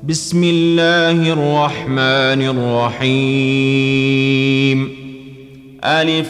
بسم الله الرحمن الرحيم. ألف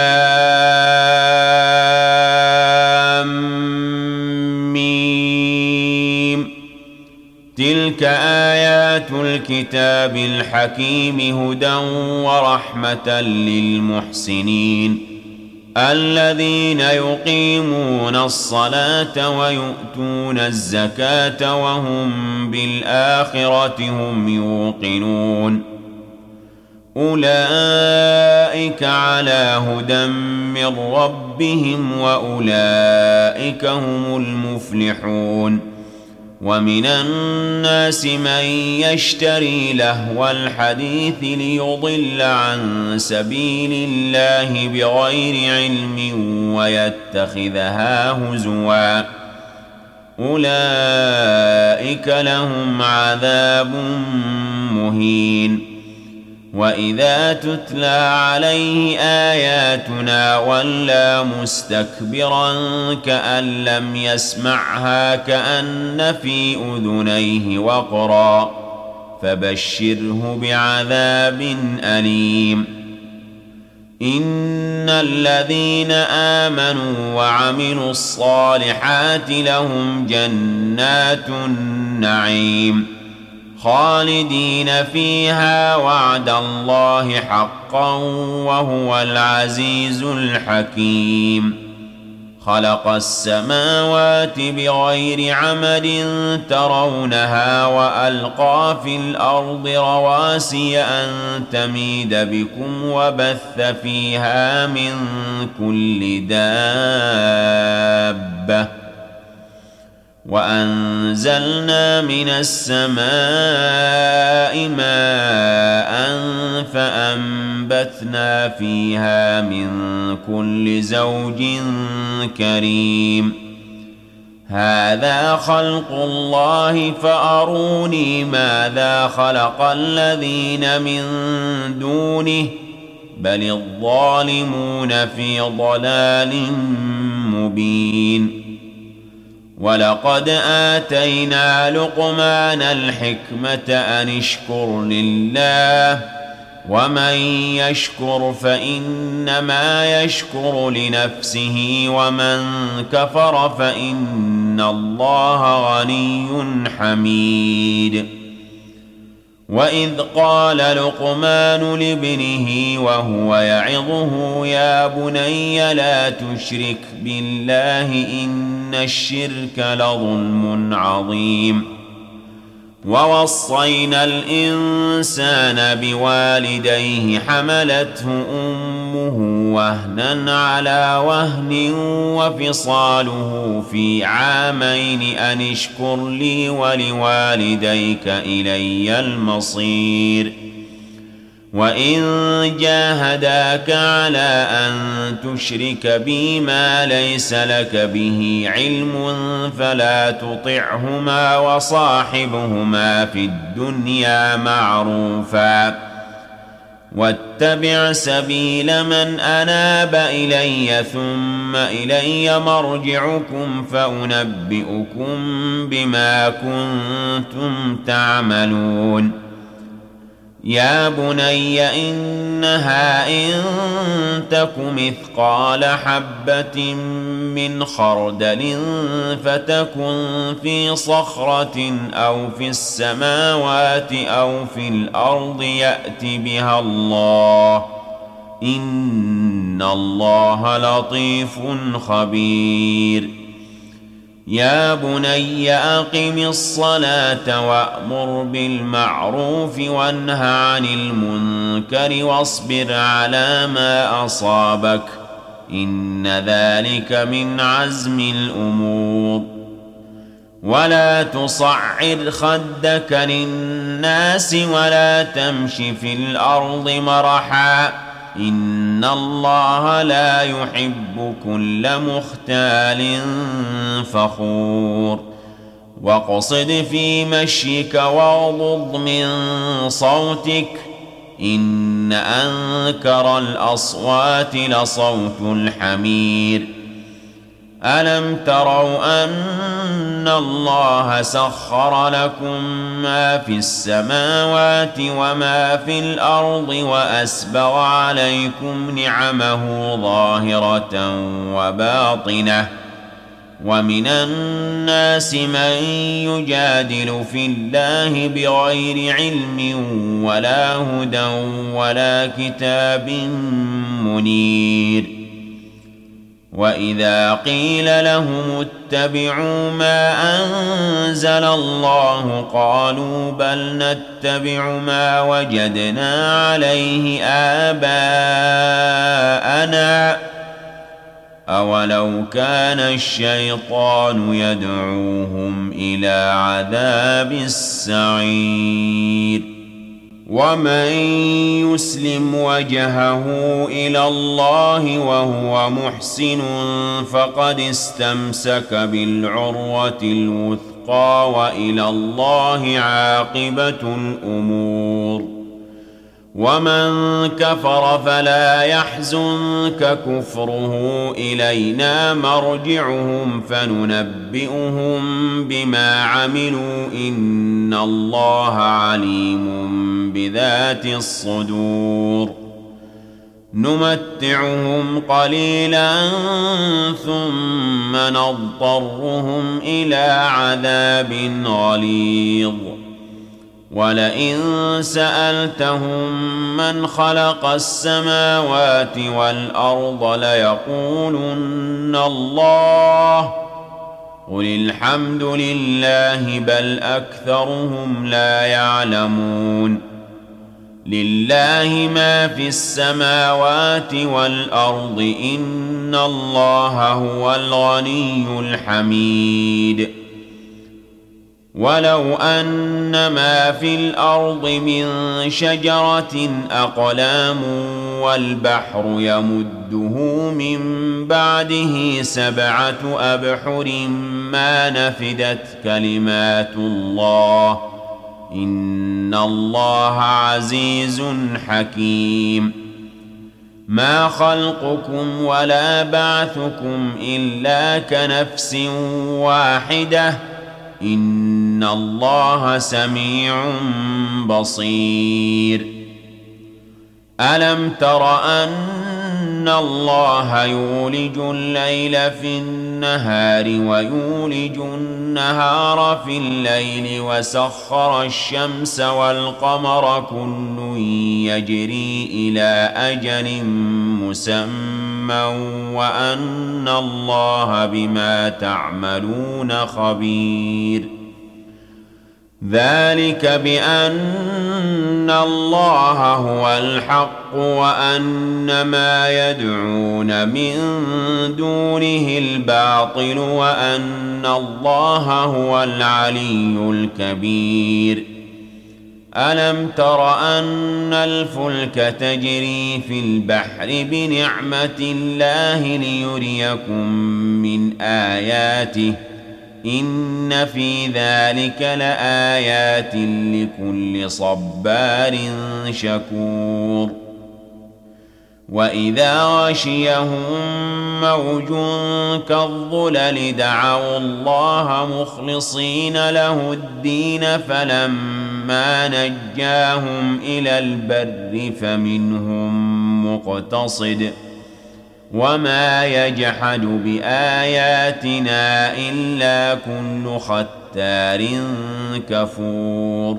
لام ميم. تلك آيات الكتاب الحكيم هدى ورحمة للمحسنين الذين يقيمون الصلاة ويؤتون الزكاة وهم بالآخرة هم يوقنون أولئك على هدى من ربهم وأولئك هم المفلحون ومن الناس من يشتري لهو الحديث ليضل عن سبيل الله بغير علم ويتخذها هزوا أولئك لهم عذاب مهين وإذا تتلى عليه آياتنا ولى مستكبرا كأن لم يسمعها كأن في أذنيه وقرا فبشره بعذاب أليم إن الذين آمنوا وعملوا الصالحات لهم جنات النعيم خالدين فيها وعد الله حقا وهو العزيز الحكيم خلق السماوات بغير عمد ترونها وألقى في الأرض رواسي أن تميد بكم وبث فيها من كل دابة وأنزلنا من السماء ماء فأنبتنا فيها من كل زوج كريم هذا خلق الله فأروني ماذا خلق الذين من دونه بل الظالمون في ضلال مبين ولقد آتينا لقمان الحكمة أن اشكر لله ومن يشكر فإنما يشكر لنفسه ومن كفر فإن الله غني حميد وإذ قال لقمان لابنه وهو يعظه يا بني لا تشرك بالله إن الشرك لظلم عظيم ووصينا الإنسان بوالديه حملته أمه وهنا على وهن وفصاله في عامين أن اشكر لي ولوالديك إلي المصير وإن جاهداك على أن تشرك بي ما ليس لك به علم فلا تطعهما وصاحبهما في الدنيا معروفا واتبع سبيل من أناب إلي ثم إلي مرجعكم فأنبئكم بما كنتم تعملون يا بني إنها إن تك مثقال حبة من خردل فتكن في صخرة أو في السماوات أو في الأرض يأت بها الله إن الله لطيف خبير يا بني أقم الصلاة وأمر بالمعروف وانه عن المنكر واصبر على ما أصابك إن ذلك من عزم الأمور ولا تصعر خدك للناس ولا تمش في الأرض مرحا إن الله لا يحب كل مختال فخور واقصد في مشيك واغضض من صوتك إن أنكر الأصوات لصوت الحمير ألم تروا أن الله سخر لكم ما في السماوات وما في الأرض وأسبغ عليكم نعمه ظاهرة وباطنة ومن الناس من يجادل في الله بغير علم ولا هدى ولا كتاب منير وإذا قيل لهم اتبعوا ما أنزل الله قالوا بل نتبع ما وجدنا عليه آباءنا أولو كان الشيطان يدعوهم إلى عذاب السعير ومن يسلم وجهه إلى الله وهو محسن فقد استمسك بالعروة الوثقى وإلى الله عاقبة الأمور ومن كفر فلا يحزنك كفره إلينا مرجعهم فننبئهم بما عملوا إن الله عليم بذات الصدور نمتعهم قليلا ثم نضطرهم إلى عذاب غليظ ولئن سألتهم من خلق السماوات والأرض ليقولن الله قل الحمد لله بل أكثرهم لا يعلمون لله ما في السماوات والأرض إن الله هو الغني الحميد ولو أن ما في الأرض من شجرة أقلام والبحر يمده من بعده 7 أبحر ما نفدت كلمات الله إن الله عزيز حكيم ما خلقكم ولا بعثكم إلا كنفس واحدة إن الله سميع بصير ألم تر أن الله يولج الليل في النهار ويولج النهار في الليل وسخر الشمس والقمر كل يجري إلى أجل مسمى وأن الله بما تعملون خبير ذلك بأن الله هو الحق وأن ما يدعون من دونه الباطل وأن الله هو العلي الكبير ألم تر أن الفلك تجري في البحر بنعمة الله ليريكم من آياته إن في ذلك لآيات لكل صبار شكور وإذا غشيهم موج كالظلل دعوا الله مخلصين له الدين فلما نجاهم إلى البر فمنهم مقتصد وما يجحد بآياتنا إلا كل ختار كفور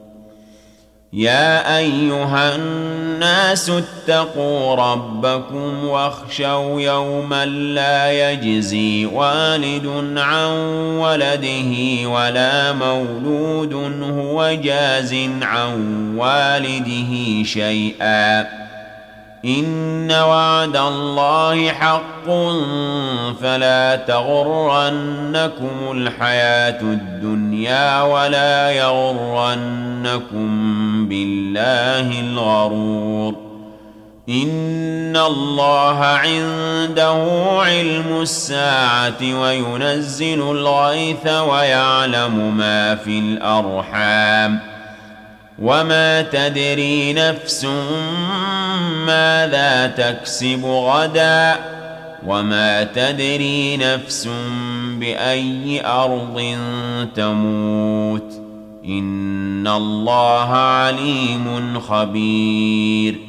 يا أيها الناس اتقوا ربكم واخشوا يوما لا يجزي والد عن ولده ولا مولود هو جاز عن والده شيئا إن وعد الله حق فلا تغرنكم الحياة الدنيا ولا يغرنكم بالله الغرور إن الله عنده علم الساعة وينزل الغيث ويعلم ما في الأرحام وما تدري نفس ماذا تكسب غدا وما تدري نفس بأي أرض تموت إن الله عليم خبير